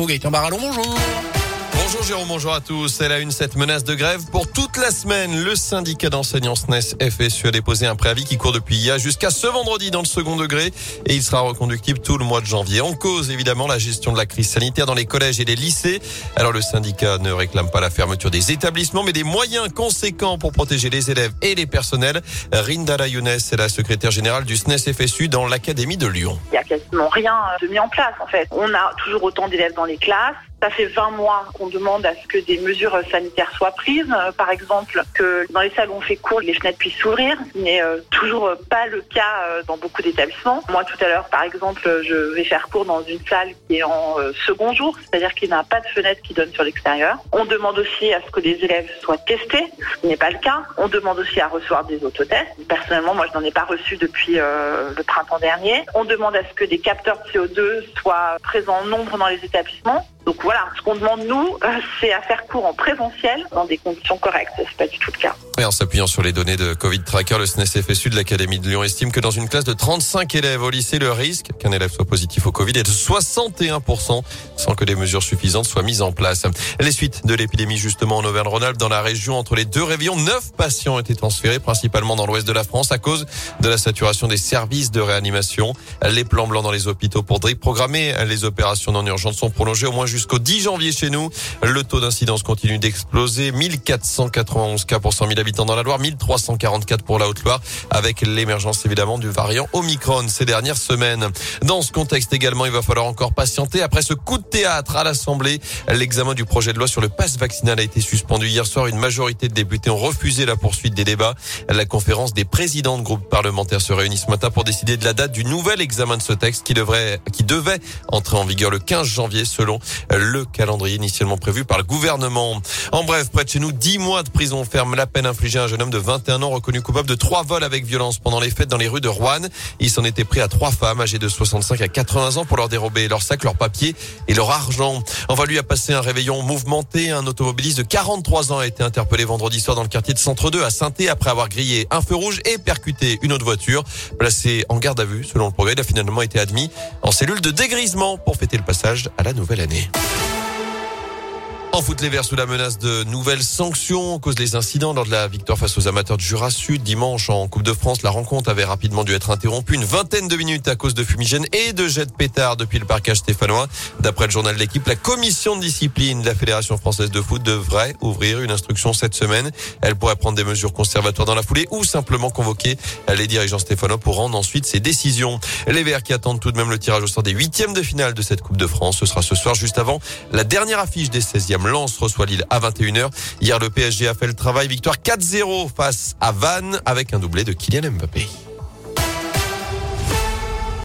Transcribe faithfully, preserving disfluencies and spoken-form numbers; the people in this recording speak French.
Infos, Gaëtan Barallon, bonjour. Bonjour Jérôme, bonjour à tous. Elle a une cette menace de grève pour toute la semaine. Le syndicat d'enseignants S N E S F S U a déposé un préavis qui court depuis hier jusqu'à ce vendredi dans le second degré et il sera reconductible tout le mois de janvier. En cause, évidemment, la gestion de la crise sanitaire dans les collèges et les lycées. Alors le syndicat ne réclame pas la fermeture des établissements, mais des moyens conséquents pour protéger les élèves et les personnels. Rindala Younes est la secrétaire générale du S N E S F S U dans l'Académie de Lyon. Il n'y a quasiment rien de mis en place en fait. On a toujours autant d'élèves dans les classes. Ça fait vingt mois qu'on demande à ce que des mesures sanitaires soient prises. Euh, par exemple, que dans les salles où on fait cours, les fenêtres puissent s'ouvrir. Ce n'est euh, toujours pas le cas euh, dans beaucoup d'établissements. Moi, tout à l'heure, par exemple, je vais faire cours dans une salle qui est en euh, second jour, c'est-à-dire qu'il n'y a pas de fenêtre qui donne sur l'extérieur. On demande aussi à ce que les élèves soient testés, ce qui n'est pas le cas. On demande aussi à recevoir des autotests. Personnellement, moi, je n'en ai pas reçu depuis euh, le printemps dernier. On demande à ce que des capteurs de C O deux soient présents en nombre dans les établissements. Donc voilà, ce qu'on demande nous, euh, c'est à faire cours en présentiel dans des conditions correctes. C'est pas du tout le cas. Et en s'appuyant sur les données de Covid Tracker, le S N E S F S U de l'Académie de Lyon estime que dans une classe de trente-cinq élèves au lycée, le risque qu'un élève soit positif au Covid est de soixante et un pour cent sans que des mesures suffisantes soient mises en place. Les suites de l'épidémie justement en Auvergne-Rhône-Alpes, dans la région entre les deux réveillons, neuf patients ont été transférés principalement dans l'ouest de la France à cause de la saturation des services de réanimation. Les plans blancs dans les hôpitaux pour drip programmés, les opérations non urgentes sont prolongées au moins jusqu'au dix janvier chez nous. Le taux d'incidence continue d'exploser. mille quatre cent quatre-vingt-onze cas pour cent mille habitants dans la Loire, mille trois cent quarante-quatre pour la Haute-Loire, avec l'émergence évidemment du variant Omicron ces dernières semaines. Dans ce contexte également, il va falloir encore patienter. Après ce coup de théâtre à l'Assemblée, l'examen du projet de loi sur le pass vaccinal a été suspendu hier soir. Une majorité de députés ont refusé la poursuite des débats. La conférence des présidents de groupes parlementaires se réunit ce matin pour décider de la date du nouvel examen de ce texte qui devrait, qui devait entrer en vigueur le quinze janvier selon le calendrier initialement prévu par le gouvernement. En bref, près de chez nous, dix mois de prison ferme la peine infligée à un jeune homme de vingt et un ans reconnu coupable de trois vols avec violence pendant les fêtes dans les rues de Roanne. Il s'en était pris à trois femmes âgées de soixante-cinq à quatre-vingts ans pour leur dérober leur sac, leurs papiers et leur argent. Enfin, lui a passé un réveillon mouvementé. Un automobiliste de quarante-trois ans a été interpellé vendredi soir dans le quartier de Centre deux à Saint-Thé après avoir grillé un feu rouge et percuté une autre voiture. Placé en garde à vue, selon le progrès, il a finalement été admis en cellule de dégrisement pour fêter le passage à la nouvelle année. En foot, les Verts sous la menace de nouvelles sanctions à cause des incidents lors de la victoire face aux amateurs de Jura Sud. Dimanche, en Coupe de France, la rencontre avait rapidement dû être interrompue une vingtaine de minutes à cause de fumigènes et de jets de pétards depuis le parquage stéphanois. D'après le journal de l'équipe, la commission de discipline de la Fédération française de foot devrait ouvrir une instruction cette semaine. Elle pourrait prendre des mesures conservatoires dans la foulée ou simplement convoquer les dirigeants stéphanois pour rendre ensuite ses décisions. Les Verts qui attendent tout de même le tirage au sort des huitièmes de finale de cette Coupe de France. Ce sera ce soir, juste avant la dernière affiche des seizièmes. Lens reçoit Lille à vingt et une heures. Hier, le P S G a fait le travail. Victoire quatre zéro face à Vannes avec un doublé de Kylian Mbappé.